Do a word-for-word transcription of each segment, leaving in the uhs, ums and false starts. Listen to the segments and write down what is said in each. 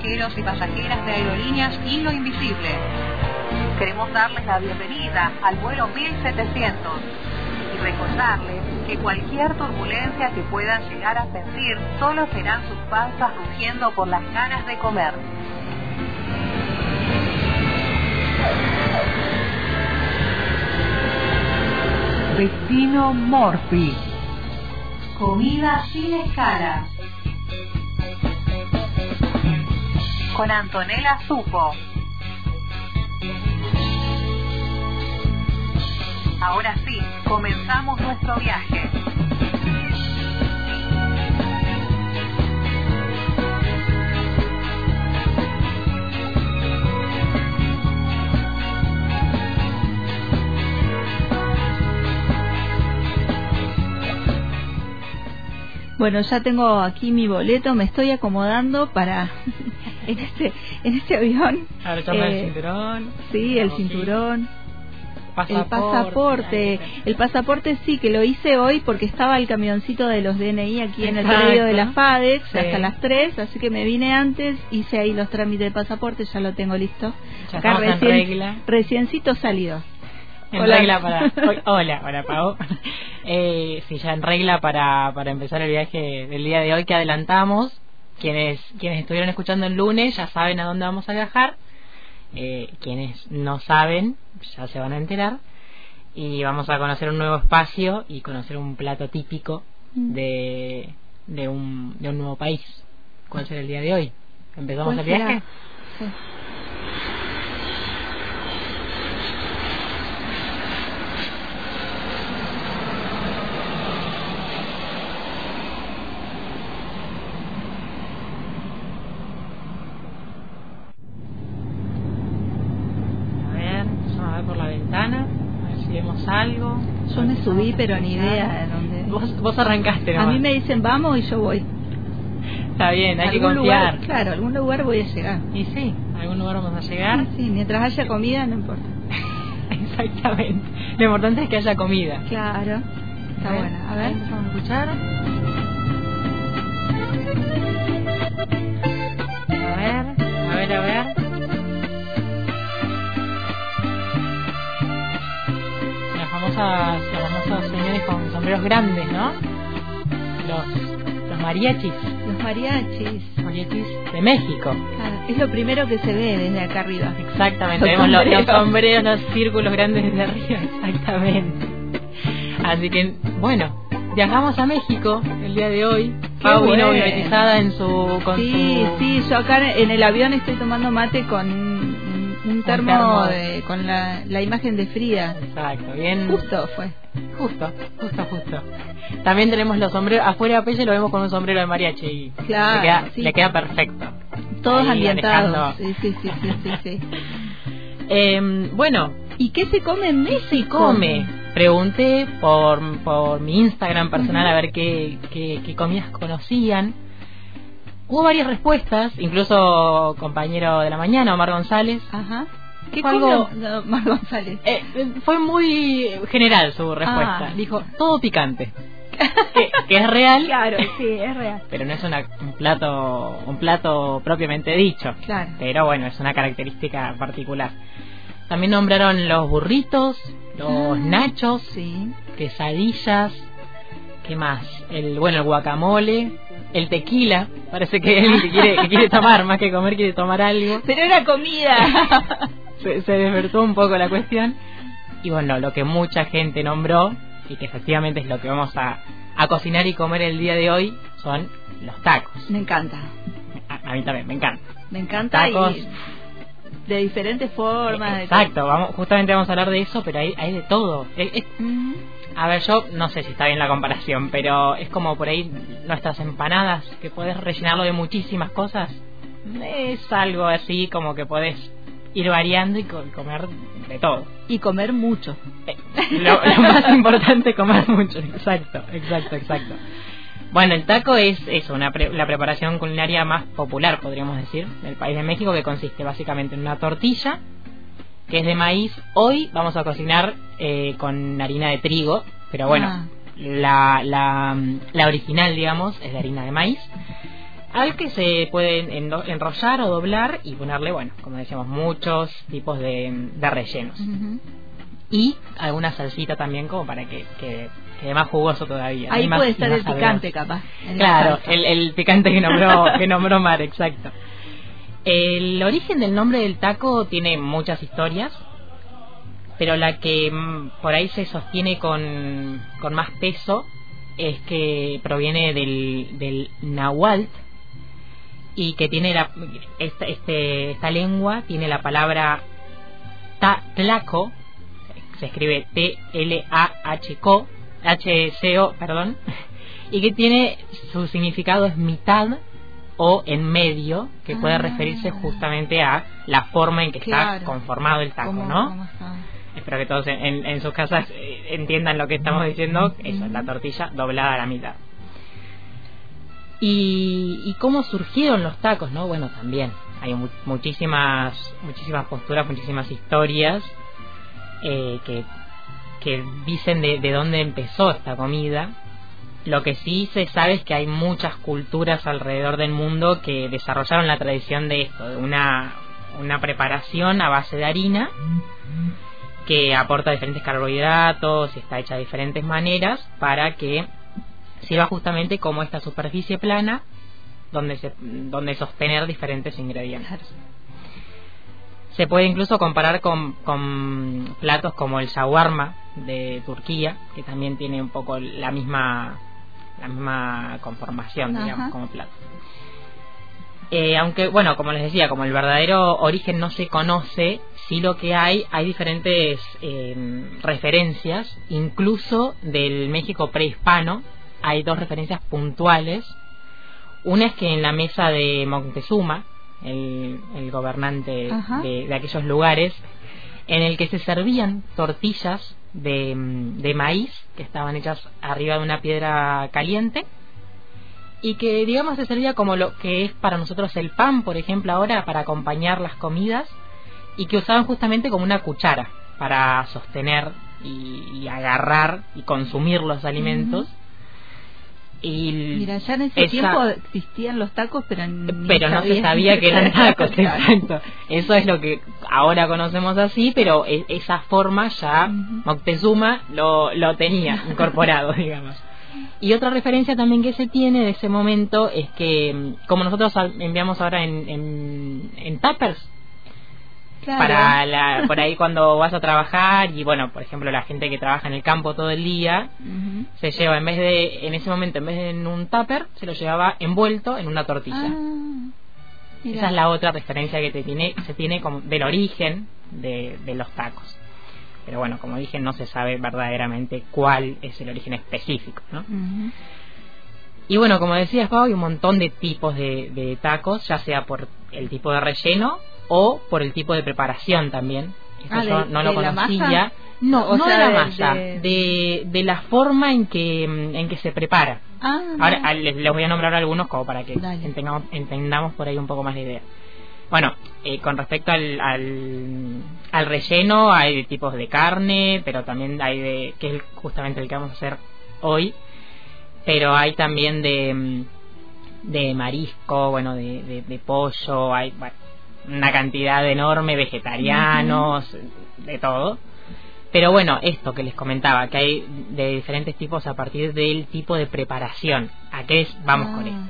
pasajeros y pasajeras de Aerolíneas Hilo Invisible. Queremos darles la bienvenida al vuelo mil setecientos y recordarles que cualquier turbulencia que puedan llegar a sentir solo serán sus panzas rugiendo por las ganas de comer. Destino Morphy. Comida sin escala. Con Antonella Supo. Ahora sí, comenzamos nuestro viaje. Bueno, ya tengo aquí mi boleto, me estoy acomodando para en este en este avión. A ver, toma eh, el cinturón. Sí, el cinturón. Pasaporte, el pasaporte. El pasaporte sí, que lo hice hoy porque estaba el camioncito de los D N I aquí en el predio de la FADEX sí. hasta las tres, así que me vine antes, hice ahí los trámites de pasaporte, ya lo tengo listo. Ya Acá estamos recién, en regla. Reciencito salido. En hola. regla para hola, hola Pau. Eh, sí, ya en regla para para empezar el viaje del día de hoy que adelantamos. Quienes quienes estuvieron escuchando el lunes ya saben a dónde vamos a viajar. Eh, quienes no saben ya se van a enterar y vamos a conocer un nuevo espacio y conocer un plato típico de de un de un nuevo país. ¿Cuál será el día de hoy? ¿Empezamos el viaje? Sí. A ver si vemos algo. Yo me subí pero ni idea de dónde. Vos, vos arrancaste nomás. A mí me dicen vamos y yo voy. Está bien, hay que confiar. Lugar, claro, a algún lugar voy a llegar. Y sí, a algún lugar vamos a llegar. Sí, sí, mientras haya comida no importa. Exactamente. Lo importante es que haya comida. Claro. Está bueno. A ver, vamos a escuchar. A ver, a ver, a ver. Famosas, los famosos señores con sombreros grandes, ¿no? Los, los mariachis. Los mariachis. Mariachis de México. Claro, es lo primero que se ve desde acá arriba. Exactamente, vemos los, los sombreros, los círculos grandes desde arriba, exactamente. Así que, bueno, viajamos a México el día de hoy. Pau vino mimetizada en su... Con sí, su... sí, yo acá en el avión estoy tomando mate con... un termo, un termo de, con la, la imagen de Frida. Exacto, bien. Justo fue. Justo, justo, justo. También tenemos los sombreros. Afuera de Pelle lo vemos con un sombrero de mariachi. Y claro. Le queda, sí. le queda perfecto. Todos ahí ambientados. Sí, sí, sí, sí, sí, sí. Eh, bueno. ¿Y qué se come en México? ¿Qué se come? Pregunté por, por mi Instagram personal uh-huh. a ver qué, qué, qué comidas conocían. Hubo varias respuestas, incluso compañero de la mañana, Omar González. Ajá. ¿Qué algo, comió Omar González? Eh, fue muy general su respuesta. Ah. Dijo, todo picante. que, que es real. Claro, sí, es real. Pero no es una, un plato un plato propiamente dicho. Claro. Pero bueno, es una característica particular. También nombraron los burritos, los ah, nachos, sí. quesadillas, ¿qué más? El bueno, el guacamole, el tequila, parece que él que quiere, que quiere tomar, más que comer quiere tomar algo. Pero era comida. se, se despertó un poco la cuestión. Y bueno, lo que mucha gente nombró, y que efectivamente es lo que vamos a, a cocinar y comer el día de hoy, son los tacos. Me encanta. A, a mí también, me encanta. Me encanta tacos. Y de diferentes formas. Exacto, vamos, justamente vamos a hablar de eso, pero hay, hay de todo. Es, es, mm. A ver, yo no sé si está bien la comparación, pero es como por ahí nuestras empanadas, que podés rellenarlo de muchísimas cosas. Es algo así como que podés ir variando y co- comer de todo. Y comer mucho. Eh, lo, lo más importante es comer mucho, exacto, exacto, exacto. Bueno, el taco es eso, una pre- la preparación culinaria más popular, podríamos decir, del país de México, que consiste básicamente en una tortilla, que es de maíz. Hoy vamos a cocinar eh, con harina de trigo, pero bueno, ah. la, la, la original, digamos, es de harina de maíz. al que se puede enrollar o doblar y ponerle, bueno, como decíamos, muchos tipos de, de rellenos. Uh-huh. Y alguna salsita también como para que, que quede más jugoso todavía. Ahí más, puede estar el sabroso. Picante, capaz. Claro, el, el picante que nombró, que nombró Mar, exacto. El origen del nombre del taco tiene muchas historias, pero la que m, por ahí se sostiene con, con más peso es que proviene del, del náhuatl, y que tiene la, esta, este, esta lengua tiene la palabra ta, tlaco, se escribe T L A H C O, perdón, y que tiene, su significado es mitad o en medio, que puede ah. referirse justamente a la forma en que claro. está conformado el taco, ¿Cómo, ¿no? ¿Cómo Espero que todos en, en sus casas eh, entiendan lo que estamos diciendo. Eso, la tortilla doblada a la mitad. Y, y cómo surgieron los tacos, ¿no? Bueno, también hay mu- muchísimas muchísimas posturas, muchísimas historias eh, que, que dicen de, de dónde empezó esta comida. Lo que sí se sabe es que hay muchas culturas alrededor del mundo que desarrollaron la tradición de esto, de una, una preparación a base de harina que aporta diferentes carbohidratos y está hecha de diferentes maneras para que sirva justamente como esta superficie plana donde se, donde sostener diferentes ingredientes. Se puede incluso comparar con, con platos como el shawarma de Turquía, que también tiene un poco la misma la misma conformación, Ajá. digamos, como plato. Eh, aunque, bueno, como les decía, como el verdadero origen no se conoce, sí lo que hay, hay diferentes eh, referencias, incluso del México prehispano. Hay dos referencias puntuales. Una es que en la mesa de Moctezuma, el, el gobernante de, de aquellos lugares, en el que se servían tortillas de, de maíz que estaban hechas arriba de una piedra caliente, y que, digamos, se servía como lo que es para nosotros el pan, por ejemplo, ahora, para acompañar las comidas, y que usaban justamente como una cuchara para sostener y, y agarrar y consumir los alimentos. Uh-huh. Y Mira, ya en ese esa, tiempo existían los tacos, pero, pero no se sabía que eran tacos. Exacto. Eso es lo que ahora conocemos así, pero es, esa forma ya uh-huh. Moctezuma lo, lo tenía incorporado, digamos. Y otra referencia también que se tiene de ese momento es que, como nosotros enviamos ahora en, en, en tuppers, claro. para la, por ahí cuando vas a trabajar, y bueno, por ejemplo, la gente que trabaja en el campo todo el día, uh-huh. se lleva, en vez de, en ese momento, en vez de en un tupper, se lo llevaba envuelto en una tortilla. Ah, esa es la otra referencia que te tiene, se tiene como del origen de, de los tacos. Pero bueno, como dije, no se sabe verdaderamente cuál es el origen específico, ¿no? Uh-huh. Y bueno, como decías, Pau, hay un montón de tipos de, de tacos, ya sea por el tipo de relleno o por el tipo de preparación también. Eso ah, yo de, no lo conocía. No, o no sea, de la masa, de... de de la forma en que en que se prepara. Ah, ahora les, les voy a nombrar algunos como para que entendamos, entendamos por ahí un poco más la idea. Bueno, eh, con respecto al, al al relleno, hay de tipos de carne, pero también hay de, que es justamente el que vamos a hacer hoy, pero hay también de de marisco, bueno, de, de, de pollo, hay bueno, una cantidad enorme, vegetarianos, uh-huh. de todo. Pero bueno, esto que les comentaba, que hay de diferentes tipos a partir del tipo de preparación. ¿A qué es? Vamos ah. con esto.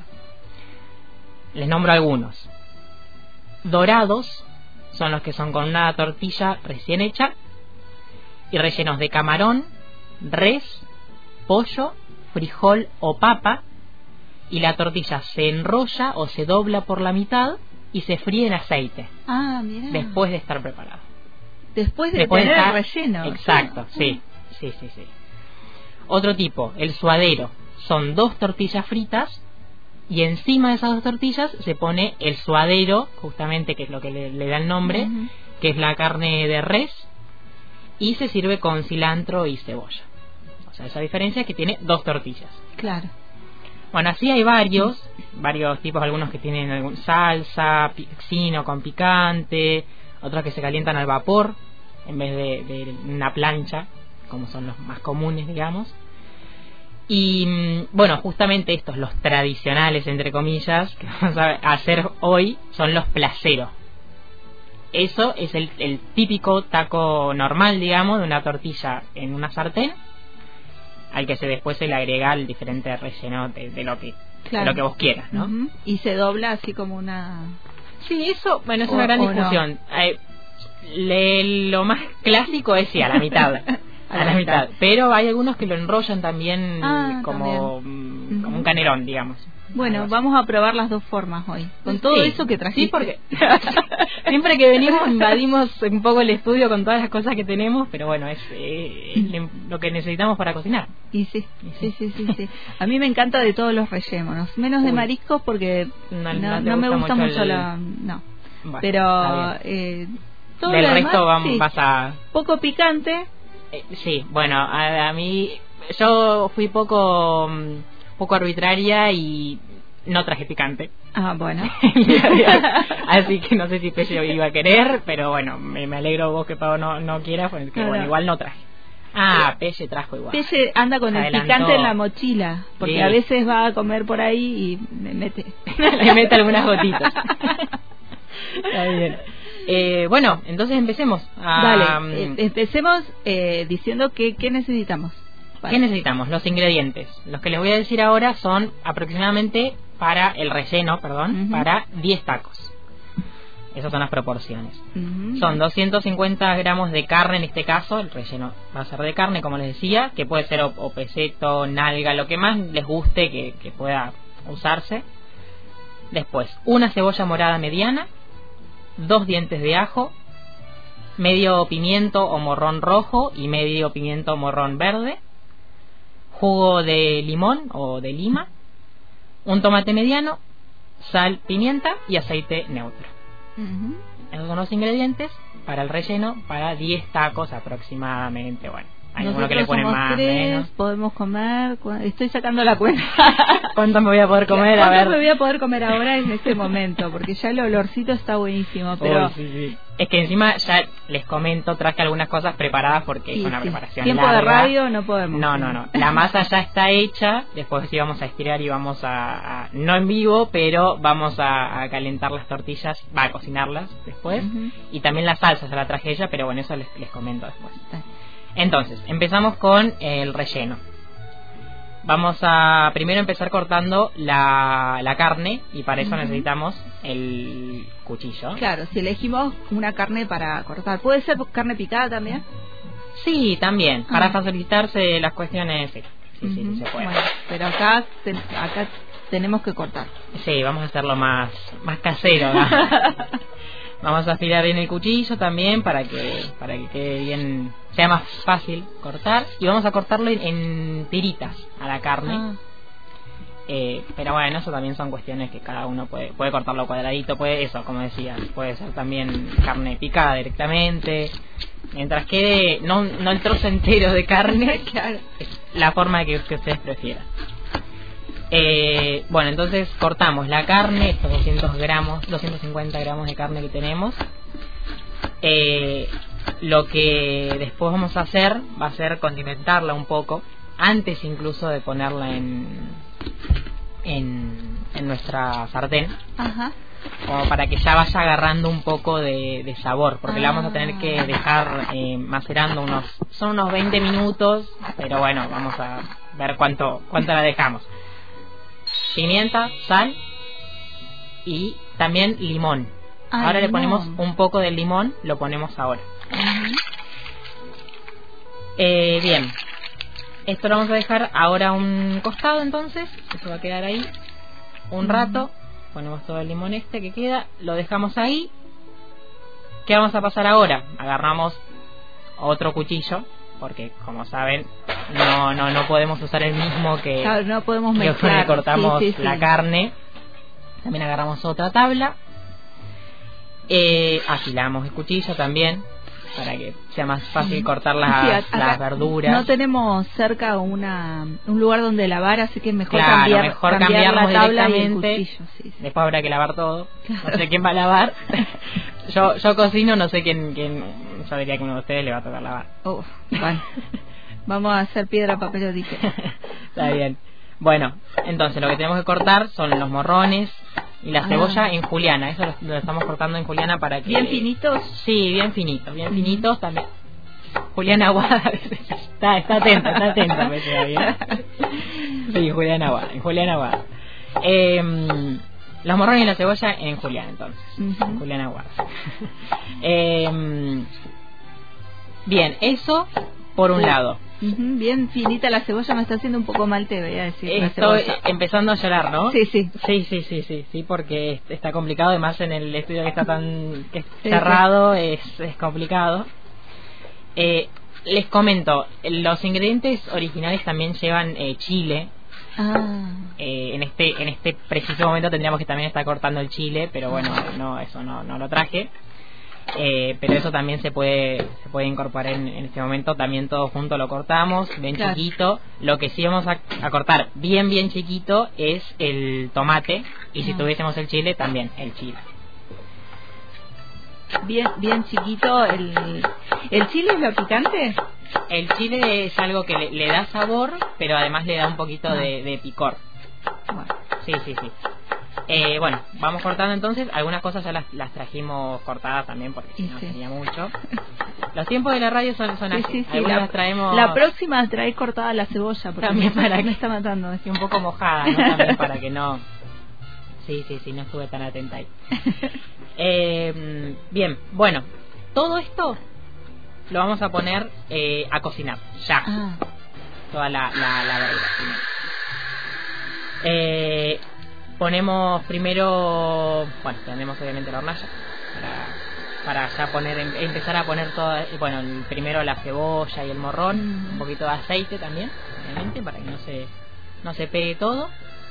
Les nombro algunos. Dorados son los que son con una tortilla recién hecha y rellenos de camarón, res, pollo, frijol o papa, y la tortilla se enrolla o se dobla por la mitad y se fríe en aceite. Ah, mira. Después de estar preparado. Después de Después tener de estar, el relleno. Exacto, sí, sí, sí, sí. Otro tipo, el suadero. Son dos tortillas fritas y encima de esas dos tortillas se pone el suadero, justamente, que es lo que le, le da el nombre, uh-huh. que es la carne de res, y se sirve con cilantro y cebolla. O sea, esa diferencia es que tiene dos tortillas. Claro. Bueno, así hay varios, varios tipos, algunos que tienen algún salsa, sino con picante, otros que se calientan al vapor en vez de, de una plancha, como son los más comunes, digamos. Y bueno, justamente estos, los tradicionales, entre comillas, que vamos a hacer hoy, son los placeros. Eso es el, el típico taco normal, digamos, de una tortilla en una sartén, al que se después se le agrega el diferente relleno de, de lo que claro. de lo que vos quieras, ¿no? Uh-huh. Y se dobla así como una... Sí, eso, bueno, es o, una gran discusión. No. Eh, le, lo más clásico es sí, a la mitad. a, a la mitad. mitad. Pero hay algunos que lo enrollan también ah, como, también. como uh-huh. un canelón, digamos. Bueno, vamos a probar las dos formas hoy. Con todo sí, eso que trajiste. Sí, porque siempre que venimos invadimos un poco el estudio con todas las cosas que tenemos, pero bueno, es eh, lo que necesitamos para cocinar. Y sí, y sí, sí, sí, sí. A mí me encanta de todos los rellenos, menos Uy. de mariscos porque no, no, no me gusta mucho, mucho el... la... No, bueno, pero eh, todo del lo resto demás, vamos, sí. vas a... Poco picante. Eh, sí, bueno, a, a mí... Yo fui poco... poco arbitraria y no traje picante. Ah, bueno. Así que no sé si Pelle iba a querer, pero bueno, me, me alegro vos que Pau no, no quiera, pues que no, bueno, no. igual no traje. Ah, Pelle trajo igual. Pelle anda con el Adelantó. picante en la mochila, porque sí. a veces va a comer por ahí y me mete. Le mete algunas gotitas. Está bien. Eh, bueno, entonces empecemos. A, Dale, eh, empecemos eh, diciendo que qué necesitamos. ¿Qué necesitamos? Los ingredientes. Los que les voy a decir ahora son aproximadamente para el relleno, perdón, uh-huh. para diez tacos. Esas son las proporciones. Uh-huh. Son doscientos cincuenta gramos de carne en este caso. El relleno va a ser de carne, como les decía, que puede ser o, o peseto, nalga, lo que más les guste que, que pueda usarse. Después, una cebolla morada mediana, dos dientes de ajo, medio pimiento o morrón rojo y medio pimiento o morrón verde, jugo de limón o de lima, un tomate mediano, sal, pimienta y aceite neutro. Uh-huh. Esos son los ingredientes para el relleno para diez tacos aproximadamente. Bueno, hay algunos que le ponen más, tres, menos. Podemos comer, estoy sacando la cuenta. ¿Cuánto me voy a poder comer? A ver. ¿Cuánto me voy a poder comer ahora en este momento? Porque ya el olorcito está buenísimo, pero... Oh, sí, sí. Es que encima ya les comento, traje algunas cosas preparadas porque sí, es una sí. preparación Tiempo larga. de radio no podemos. No, no, no. La masa ya está hecha, después sí vamos a estirar y vamos a... a no en vivo, pero vamos a, a calentar las tortillas, va a cocinarlas después. Uh-huh. Y también la salsa se la traje ella, pero bueno, eso les, les comento después. Entonces, empezamos con el relleno. Vamos a primero empezar cortando la, la carne y para eso uh-huh. necesitamos el cuchillo. Claro, si elegimos una carne para cortar, ¿puede ser carne picada también? Sí, también, uh-huh. para facilitarse las cuestiones, sí, sí, uh-huh. sí, sí se puede. Bueno, pero acá, te, acá tenemos que cortar. Sí, vamos a hacerlo más, más casero, ¿no? Vamos a afilar bien el cuchillo también para que para que quede bien, sea más fácil cortar. Y vamos a cortarlo en, en tiritas a la carne. Ah. Eh, pero bueno, eso también son cuestiones que cada uno puede puede cortarlo cuadradito, puede eso, como decía, puede ser también carne picada directamente. Mientras quede no no el trozo entero de carne, claro, la forma que, que ustedes prefieran. Eh, bueno, entonces cortamos la carne, estos doscientos gramos, doscientos cincuenta gramos de carne que tenemos. Eh, lo que después vamos a hacer va a ser condimentarla un poco, antes incluso de ponerla en en, en nuestra sartén. Ajá. Como para que ya vaya agarrando un poco de, de sabor, porque ah. la vamos a tener que dejar eh, macerando unos, son unos veinte minutos, pero bueno, vamos a ver cuánto cuánto la dejamos. Pimienta, sal y también limón. Ay, ahora le ponemos no. un poco de limón, lo ponemos ahora. Uh-huh. Eh, bien, esto lo vamos a dejar ahora a un costado, entonces esto va a quedar ahí un uh-huh. rato. Ponemos todo el limón este que queda, lo dejamos ahí. ¿Qué vamos a pasar ahora? Agarramos otro cuchillo, porque como saben no no no podemos usar el mismo que, claro, no podemos mezclar, que cortamos sí, sí, la sí. carne. También agarramos otra tabla, eh, afilamos el cuchillo también para que sea más fácil sí. cortar las, sí, las verduras. No tenemos cerca una un lugar donde lavar, así que mejor claro, cambiar, mejor cambiar la tabla y el directamente. cuchillo, sí, sí. Después habrá que lavar todo. Claro. No sé quién va a lavar. yo yo cocino, no sé quién quién. Yo diría que uno de ustedes le va a tocar lavar. Oh, bueno. Vamos a hacer piedra, papel o tijera. Está bien. Bueno, entonces lo que tenemos que cortar son los morrones y la cebolla ah. en juliana. Eso lo, lo estamos cortando en juliana para que... ¿Bien finitos? Sí, bien finitos, bien finitos también. Juliana Aguada, está, está atenta, está atenta, me queda bien. Sí, Juliana Aguada, en Juliana Aguada. Eh, los morrones y la cebolla en juliana, entonces. Uh-huh. Juliana Aguada. eh, bien, eso por un lado. Uh-huh. Bien finita la cebolla, me está haciendo un poco mal, te voy a decir. Estoy empezando a llorar, ¿no? Sí, sí. Sí, sí, sí, sí, sí, porque está complicado, además en el estudio que está tan que es sí, cerrado, sí. Es, es complicado. Eh, les comento, los ingredientes originales también llevan eh, chile. Ah. Eh, en este en este preciso momento tendríamos que también estar cortando el chile, pero bueno, no eso no no lo traje. Eh, pero eso también se puede se puede incorporar en, en este momento. También todo junto lo cortamos bien claro. chiquito. Lo que sí vamos a, a cortar bien bien chiquito es el tomate, y si ah. tuviésemos el chile también el chile. Bien bien chiquito. El el chile es lo picante. El chile es algo que le, le da sabor, pero además le da un poquito ah. de, de picor. Bueno. Sí, sí, sí. Eh, bueno, vamos cortando entonces. Algunas cosas ya las, las trajimos cortadas también, porque si no sí. sería mucho. Los tiempos de la radio son, son así. Sí, sí, Algunas la, las traemos... La próxima trae cortada la cebolla, porque también para me que está matando. Estoy un poco mojada, ¿no? También para que no... Sí, sí, sí, no estuve tan atenta ahí. Eh, bien, bueno, todo esto lo vamos a poner eh, a cocinar, ya. Ah. Toda la, la, la verdura. Eh... Ponemos primero, bueno, tenemos obviamente la hornalla para, para ya poner, empezar a poner todo, bueno, primero la cebolla y el morrón, un poquito de aceite también, obviamente, para que no se no se pegue todo.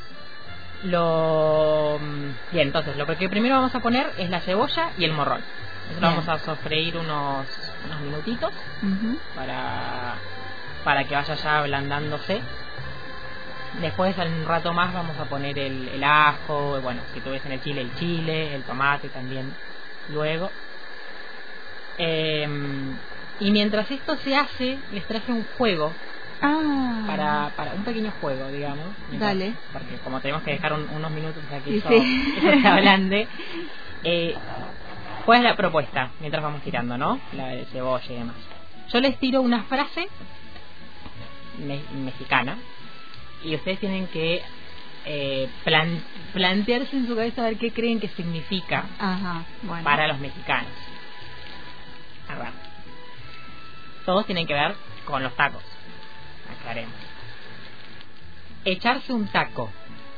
Lo bien, entonces lo que primero vamos a poner es la cebolla y el morrón. Eso lo vamos a sofreír unos unos minutitos uh-huh. para para que vaya ya ablandándose. Después, en un rato más, vamos a poner el, el ajo, bueno, si tuviesen el chile, el chile, el tomate también, luego. Eh, y mientras esto se hace, les traje un juego, ah. para, para un pequeño juego, digamos. Mientras, Dale. porque como tenemos que dejar un, unos minutos para que sí, eso, sí. eso se ablande. Eh, ¿Cuál es la propuesta? Mientras vamos tirando, ¿no? La de cebolla y demás. Yo les tiro una frase me, mexicana. Y ustedes tienen que eh, plan, plantearse en su cabeza a ver qué creen que significa Ajá, bueno. para los mexicanos. A ver. Todos tienen que ver con los tacos. Aclaremos. Echarse un taco.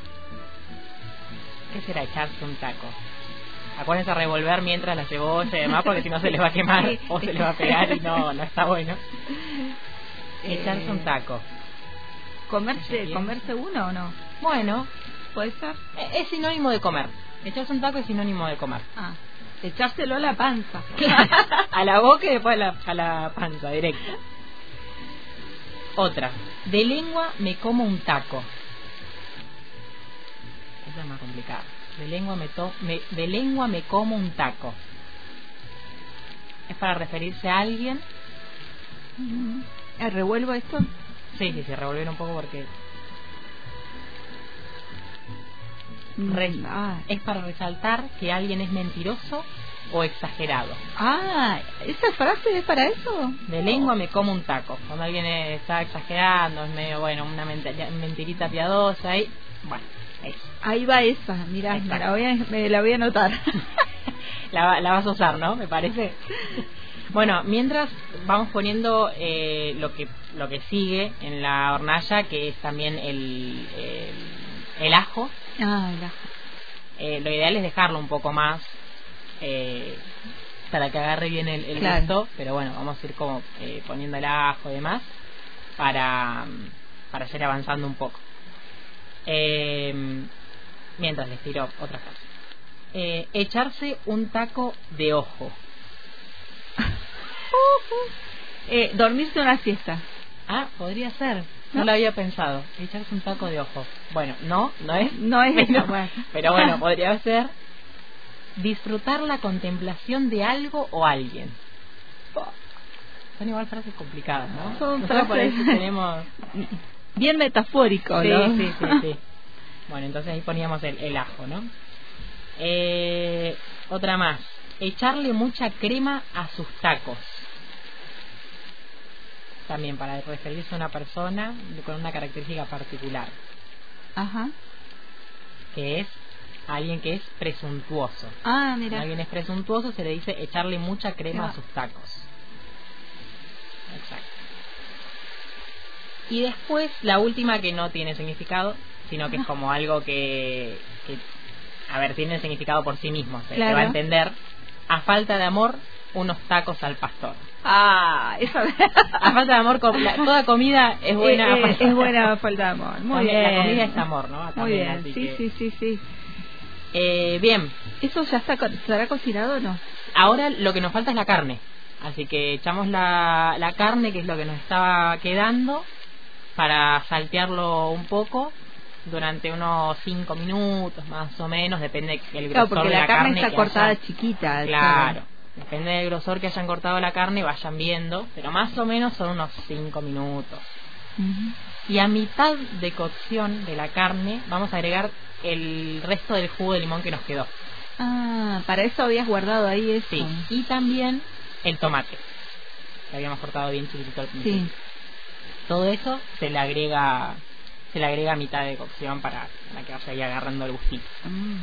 ¿Qué será echarse un taco? Acuérdense a revolver mientras la cebolla y demás, porque si no se les va a quemar o se les va a pegar y no, no está bueno. Echarse un taco. ¿Comerse, ¿Comerse uno o no? Bueno, puede ser. Es sinónimo de comer. Echarse un taco es sinónimo de comer. Ah, echárselo a la panza. A la boca y después a la, a la panza, directo. Otra. De lengua me como un taco. Esa es más complicada. De lengua me, to me de lengua me como un taco. Es para referirse a alguien. Mm-hmm. ¿Revuelvo esto? Sí, sí, sí, revolver un poco porque Re... ah. es para resaltar que alguien es mentiroso o exagerado. Ah, ¿esa frase es para eso? De lengua me como un taco. Cuando alguien está exagerando, es medio, bueno, una mentirita piadosa y bueno, eso. Ahí va esa, mirá, me la voy a, me la voy a anotar. la, la vas a usar, ¿no? Me parece. Bueno, mientras vamos poniendo eh, lo que lo que sigue en la hornalla, que es también el, el, el ajo. Ah, el ajo. Eh, lo ideal es dejarlo un poco más eh, para que agarre bien el, el claro. gusto, pero bueno, vamos a ir como eh, poniendo el ajo y demás para, para ir avanzando un poco. Eh, mientras les tiro otra cosa. Eh, echarse un taco de ojo. eh, dormirse una siesta. Ah, podría ser. No, ¿no? Lo había pensado. Echarse un taco de ojo. Bueno, no, no es. No es pero, eso, bueno. Pero bueno, podría ser disfrutar la contemplación de algo o alguien. Son igual frases complicadas, ¿no? Son Nosotros frases. por eso tenemos bien metafórico, sí, ¿no? Sí, sí, sí. Bueno, entonces ahí poníamos el, el ajo, ¿no? Eh, otra más. Echarle mucha crema a sus tacos. También para referirse a una persona con una característica particular. Ajá. Que es alguien que es presuntuoso. Ah, mira. Si alguien es presuntuoso se le dice echarle mucha crema a sus tacos. Exacto. Y después la última, que no tiene significado, sino que es como algo que, que a ver, tiene significado por sí mismo, se, claro. se va a entender. A falta de amor, unos tacos al pastor. Ah, eso. A falta de amor, la, toda comida es buena. Eh, eh, es buena a falta de amor. Muy también, bien. La comida es amor, ¿no? También, muy bien. Así Sí, que... sí, sí, sí. Eh, bien. ¿Eso ya está, estará cocinado o no? Ahora lo que nos falta es la carne. Así que echamos la, la carne, que es lo que nos estaba quedando, para saltearlo un poco durante unos cinco minutos más o menos, depende del grosor claro, porque de la, la carne, carne está que cortada hayan... chiquita. Claro, claro, depende del grosor que hayan cortado la carne, vayan viendo, pero más o menos son unos cinco minutos. Uh-huh. Y a mitad de cocción de la carne vamos a agregar el resto del jugo de limón que nos quedó. Ah, para eso habías guardado ahí eso. Sí, y también el tomate, que habíamos cortado bien chiquitito al principio. Sí. Todo eso se le agrega se le agrega a mitad de cocción para, para que vaya ahí agarrando el gustito. Mm.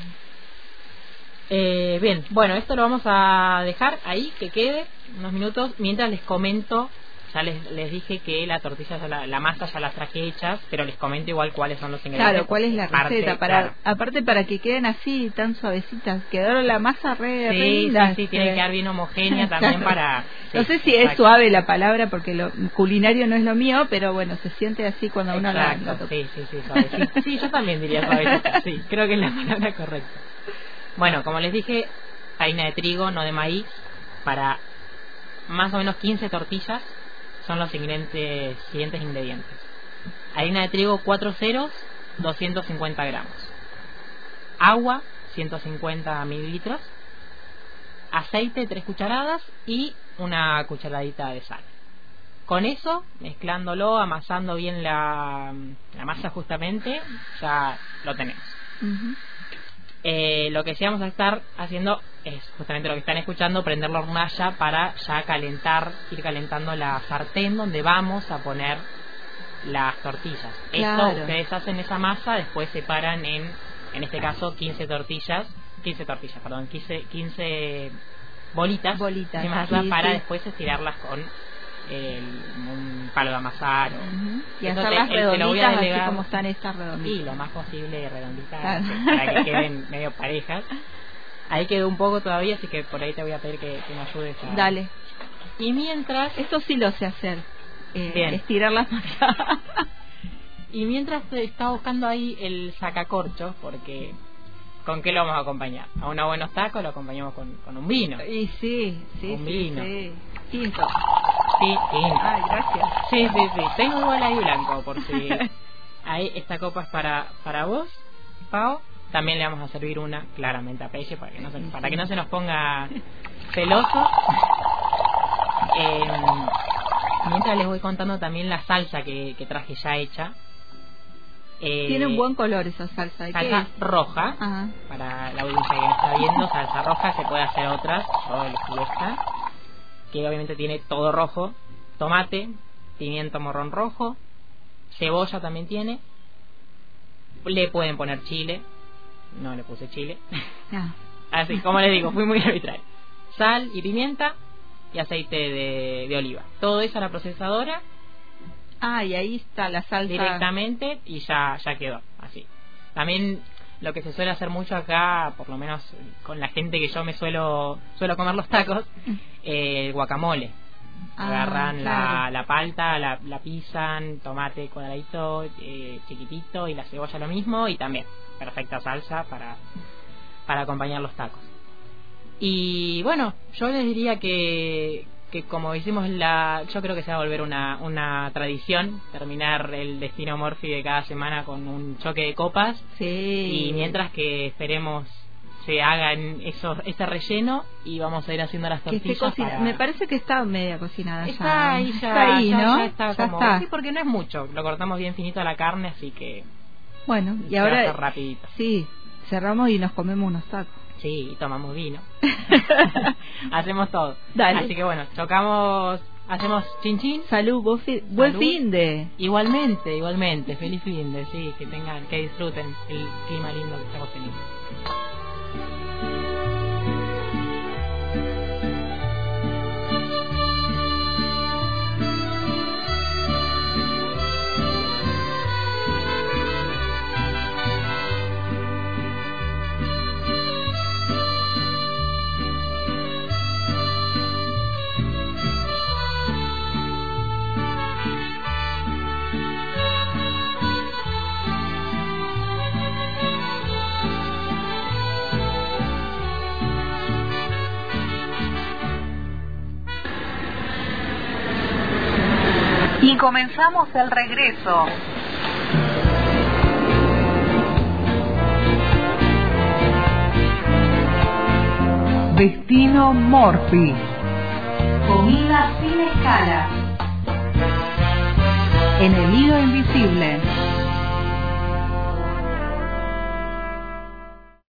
Eh, bien, bueno, esto lo vamos a dejar ahí, que quede unos minutos, mientras les comento. Ya les, les dije que la tortilla, ya la, la masa ya las traje hechas, pero les comento igual cuáles son los ingredientes. Claro, cuál es la Parte, receta, para claro. aparte para que queden así, tan suavecitas. Quedaron la masa re, Sí, re linda. sí, sí, tiene que quedar bien homogénea también. Claro. Para... Sí, no sé si exacto. es suave la palabra, porque lo culinario no es lo mío, pero bueno, se siente así cuando uno la, Exacto, la toca. sí, sí, sí, suavecita. Sí, yo también diría suavecita, sí, creo que es la palabra correcta. Bueno, como les dije, harina de trigo, no de maíz, para más o menos quince tortillas. Son los ingredientes, siguientes ingredientes: harina de trigo cuatro ceros, doscientos cincuenta gramos, agua ciento cincuenta mililitros, aceite tres cucharadas y una cucharadita de sal. Con eso, mezclándolo, amasando bien la, la masa justamente, ya lo tenemos. Uh-huh. Eh, lo que sí vamos a estar haciendo es justamente lo que están escuchando, prender la hornalla para ya calentar, ir calentando la sartén donde vamos a poner las tortillas. Claro. Esto, ustedes hacen esa masa, después separan en, en este caso, quince tortillas, quince tortillas, perdón, quince, quince bolitas, bolitas de masa, sí, para sí. después estirarlas con el, un palo de amasar. Uh-huh. Y Entonces, hacerlas el- te lo voy a redonditas, así delegar- como están estas redonditas. Sí, lo más posible redonditas, Claro. para que queden medio parejas. Ahí quedó un poco todavía, así que por ahí te voy a pedir que, que me ayudes a... Dale. Y mientras... Esto sí lo sé hacer. Eh, Bien. Estirar las masas. Y mientras te estaba buscando ahí el sacacorchos, porque ¿con qué lo vamos a acompañar? A unos buenos tacos lo acompañamos con, con un vino. Y sí, sí, Un sí, vino. sí. Tinto. Sí, tinto. Ay, gracias. Sí, sí, sí. Tengo igual ahí blanco, por si... Ahí esta copa es para, para vos, Pau. También le vamos a servir una claramente a Pelle para que no se, para que no se nos ponga celoso. Eh, mientras les voy contando también la salsa que, que traje ya hecha. Eh, Tiene un buen color esa salsa. ¿De qué salsa es? roja. Ajá. Para la audiencia que me está viendo, salsa roja, se puede hacer otras. Yo elegí esta, que obviamente tiene todo rojo: tomate, pimiento morrón rojo, cebolla también tiene. Le pueden poner chile. No le puse chile. Ah. Así, como les digo, fui muy arbitrario. Sal y pimienta y aceite de, de oliva. Todo eso a la procesadora Ah, y ahí está la salsa. directamente y ya, ya quedó así. También lo que se suele hacer mucho acá, por lo menos con la gente que yo me suelo suelo comer los tacos, eh, el guacamole. Ah, Agarran claro. la, la palta, la, la pisan, tomate cuadradito, eh, chiquitito, y la cebolla lo mismo, y también perfecta salsa para, para acompañar los tacos. Y bueno, yo les diría que, que como hicimos la... Yo creo que se va a volver una, una tradición terminar el Destino Morphy de cada semana con un choque de copas. Sí. Y mientras que esperemos se hagan esos, ese relleno y vamos a ir haciendo las Que tortillas. esté cocina- para... Me parece que está media cocinada ya. Está ahí ya, está ahí, ya, ¿no? ya está Ya como... está. Sí, porque no es mucho, lo cortamos bien finito a la carne, así que... Bueno, y se va a ahora hacer rapidito. sí, cerramos y nos comemos unos tacos. Sí, tomamos vino. Hacemos todo. Dale. Así que bueno, chocamos, hacemos chin chin. Salud, buen fi- buen Salud. fin de. Igualmente, igualmente, feliz fin de, sí, que tengan, que disfruten el clima lindo que estamos teniendo. Y comenzamos el regreso. Destino Morphy. Comida sin escala. En el hilo invisible.